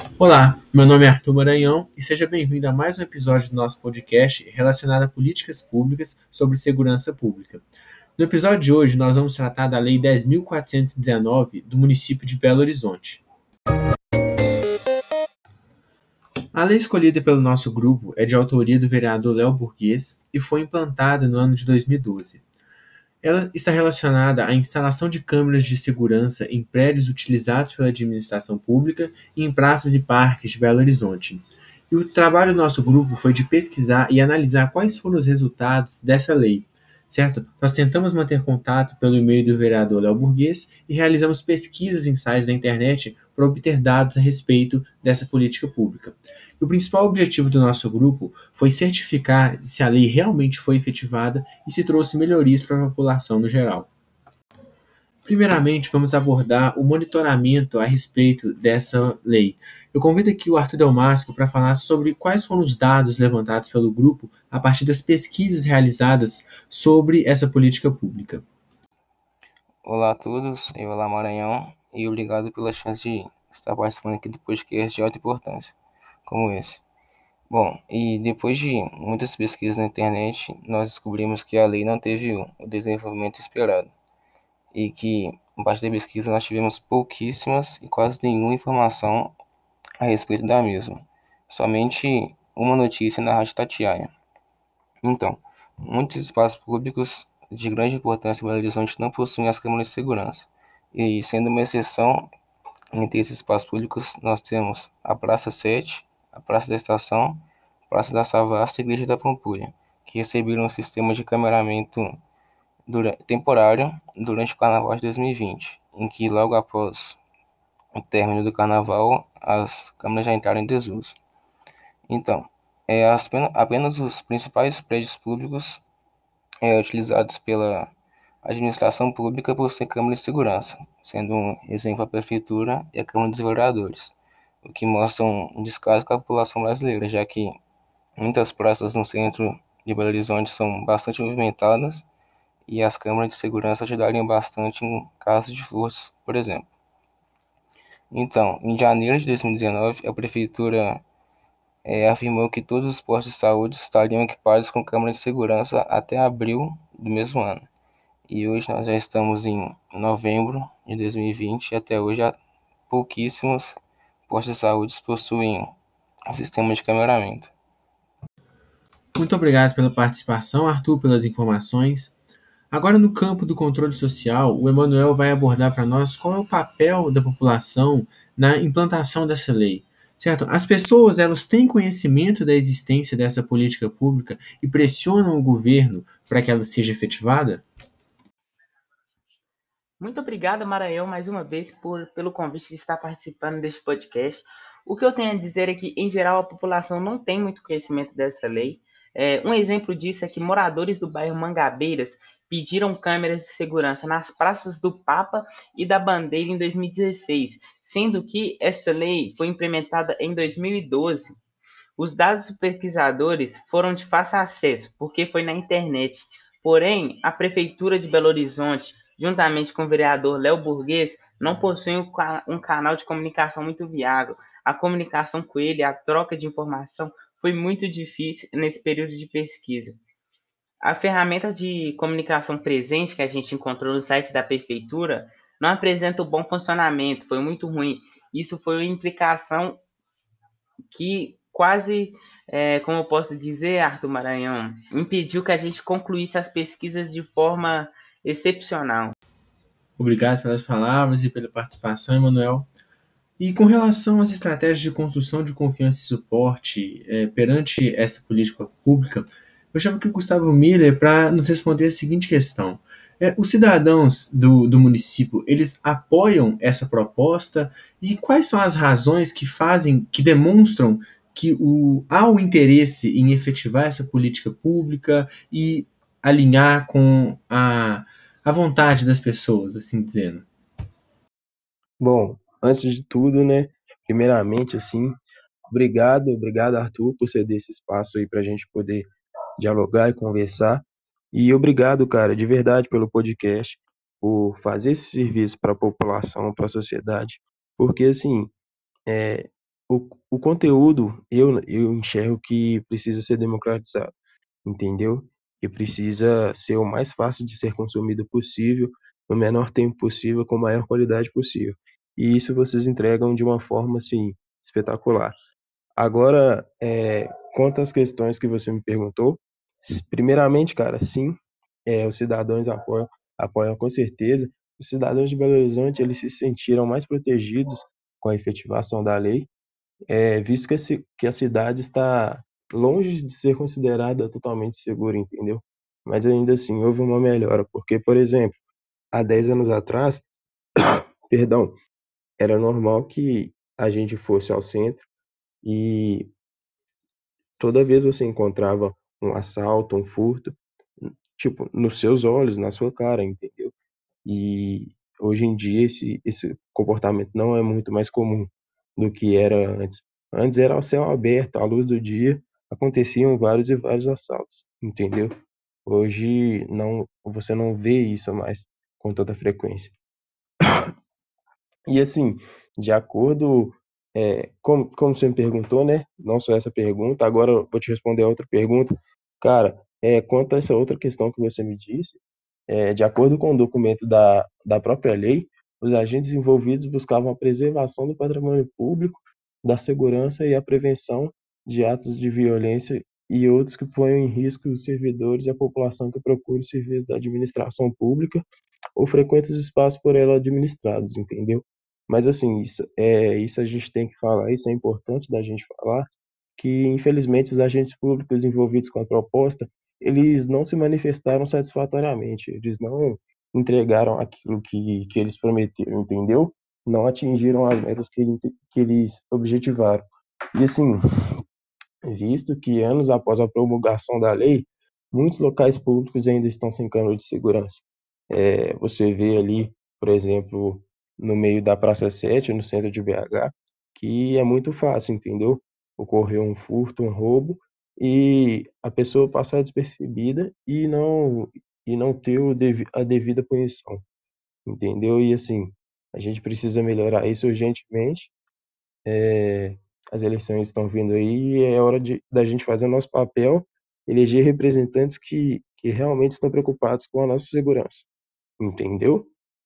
Olá, meu nome é Arthur Maranhão e seja bem-vindo a mais um episódio do nosso podcast relacionado a políticas públicas sobre segurança pública. No episódio de hoje, nós vamos tratar da Lei 10.419 do município de Belo Horizonte. A lei escolhida pelo nosso grupo é de autoria do vereador Léo Burguês e foi implantada no ano de 2012. Ela está relacionada à instalação de câmeras de segurança em prédios utilizados pela administração pública e em praças e parques de Belo Horizonte. E o trabalho do nosso grupo foi de pesquisar e analisar quais foram os resultados dessa lei, certo? Nós tentamos manter contato pelo e-mail do vereador Léo Burguês e realizamos pesquisas em sites da internet para obter dados a respeito dessa política pública. E o principal objetivo do nosso grupo foi certificar se a lei realmente foi efetivada e se trouxe melhorias para a população no geral. Primeiramente, vamos abordar o monitoramento a respeito dessa lei. Eu convido aqui o Arthur Delmasco para falar sobre quais foram os dados levantados pelo grupo a partir das pesquisas realizadas sobre essa política pública. Olá a todos, olá Maranhão, e obrigado pela chance de estar participando aqui do podcast de alta importância, como esse. Bom, e depois de muitas pesquisas na internet, nós descobrimos que a lei não teve o desenvolvimento esperado, e que, a partir da pesquisa, nós tivemos pouquíssimas e quase nenhuma informação a respeito da mesma, somente uma notícia na Rádio Tatiaia. Então, muitos espaços públicos de grande importância em Belo Horizonte não possuem as câmeras de segurança. E, sendo uma exceção, entre esses espaços públicos, nós temos a Praça 7, a Praça da Estação, a Praça da Savassi e a Igreja da Pampulha, que receberam um sistema de cameramento temporário durante o Carnaval de 2020, em que logo após o término do Carnaval, as câmeras já entraram em desuso. Então, apenas os principais prédios públicos utilizados pela administração pública possuem câmeras de segurança, sendo um exemplo a Prefeitura e a Câmara dos Vereadores, o que mostra um descaso com a população brasileira, já que muitas praças no centro de Belo Horizonte são bastante movimentadas e as câmeras de segurança ajudariam bastante em casos de furtos, por exemplo. Então, em janeiro de 2019, a Prefeitura afirmou que todos os postos de saúde estariam equipados com câmeras de segurança até abril do mesmo ano. E hoje nós já estamos em novembro de 2020 e até hoje pouquíssimos postos de saúde possuem um sistema de cameramento. Muito obrigado pela participação, Arthur, pelas informações. Agora, no campo do controle social, o Emanuel vai abordar para nós qual é o papel da população na implantação dessa lei. Certo? As pessoas elas têm conhecimento da existência dessa política pública e pressionam o governo para que ela seja efetivada? Muito obrigado, Maranhão, mais uma vez pelo convite de estar participando deste podcast. O que eu tenho a dizer é que, em geral, a população não tem muito conhecimento dessa lei. Um exemplo disso é que moradores do bairro Mangabeiras pediram câmeras de segurança nas praças do Papa e da Bandeira em 2016, sendo que essa lei foi implementada em 2012. Os dados dos pesquisadores foram de fácil acesso, porque foi na internet. Porém, a Prefeitura de Belo Horizonte, juntamente com o vereador Léo Burguês, não possuem um canal de comunicação muito viável. A comunicação com ele, a troca de informação, foi muito difícil nesse período de pesquisa. A ferramenta de comunicação presente que a gente encontrou no site da Prefeitura não apresenta um bom funcionamento, foi muito ruim. Isso foi uma implicação que quase, como eu posso dizer, Arthur Maranhão, impediu que a gente concluísse as pesquisas de forma excepcional. Obrigado pelas palavras e pela participação, Emanuel. E com relação às estratégias de construção de confiança e suporte perante essa política pública, eu chamo aqui o Gustavo Miller para nos responder a seguinte questão. Os cidadãos do município, eles apoiam essa proposta e quais são as razões que fazem, que demonstram que há o interesse em efetivar essa política pública e alinhar com a vontade das pessoas, assim dizendo? Bom, antes de tudo, né, primeiramente, assim, obrigado, Arthur, por ceder esse espaço aí para a gente poder dialogar e conversar. E obrigado, cara, de verdade, pelo podcast, por fazer esse serviço para a população, para a sociedade, porque, assim, é, o conteúdo eu enxergo que precisa ser democratizado, entendeu? E precisa ser o mais fácil de ser consumido possível, no menor tempo possível, com a maior qualidade possível. E isso vocês entregam de uma forma, assim, espetacular. Agora, quanto às questões que você me perguntou, primeiramente, cara, sim, os cidadãos apoiam com certeza. Os cidadãos de Belo Horizonte, eles se sentiram mais protegidos com a efetivação da lei, visto que a cidade está longe de ser considerada totalmente segura, entendeu? Mas ainda assim, houve uma melhora, porque, por exemplo, há 10 anos atrás, perdão, era normal que a gente fosse ao centro e toda vez você encontrava um assalto, um furto, tipo, nos seus olhos, na sua cara, entendeu? E hoje em dia esse comportamento não é muito mais comum do que era antes. Antes era ao céu aberto, à luz do dia, aconteciam vários e vários assaltos, entendeu? Hoje não, você não vê isso mais com tanta frequência. E assim, de acordo, como você me perguntou, né? Não só essa pergunta, agora eu vou te responder a outra pergunta. Cara, quanto a essa outra questão que você me disse, de acordo com o documento da própria lei, os agentes envolvidos buscavam a preservação do patrimônio público, da segurança e a prevenção de atos de violência e outros que ponham em risco os servidores e a população que procure o serviço da administração pública ou frequenta os espaços por ela administrados, entendeu? Mas assim, isso a gente tem que falar, isso é importante da gente falar, que infelizmente os agentes públicos envolvidos com a proposta, eles não se manifestaram satisfatoriamente, eles não entregaram aquilo que eles prometeram, entendeu? Não atingiram as metas que eles objetivaram. E assim, visto que anos após a promulgação da lei, muitos locais públicos ainda estão sem câmera de segurança. Você vê ali, por exemplo, no meio da Praça 7, no centro de BH, que é muito fácil, entendeu? Ocorreu um furto, um roubo, e a pessoa passar despercebida e não ter a devida punição, entendeu? E assim, a gente precisa melhorar isso urgentemente. As eleições estão vindo aí e é hora da gente fazer o nosso papel, eleger representantes que realmente estão preocupados com a nossa segurança, entendeu?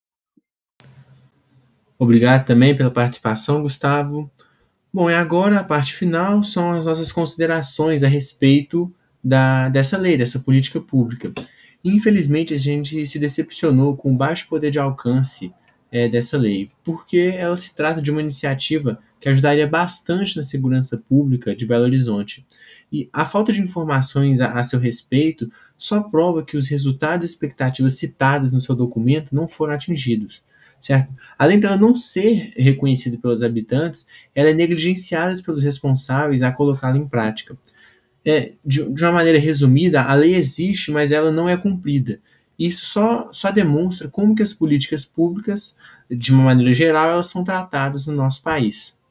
Obrigado também pela participação, Gustavo. Bom, e agora a parte final são as nossas considerações a respeito dessa lei, dessa política pública. Infelizmente, a gente se decepcionou com o baixo poder de alcance dessa lei, porque ela se trata de uma iniciativa que ajudaria bastante na segurança pública de Belo Horizonte. E a falta de informações a seu respeito só prova que os resultados e expectativas citadas no seu documento não foram atingidos, certo? Além dela não ser reconhecida pelos habitantes, ela é negligenciada pelos responsáveis a colocá-la em prática. De uma maneira resumida, a lei existe, mas ela não é cumprida. Isso só demonstra como que as políticas públicas, de uma maneira geral, elas são tratadas no nosso país.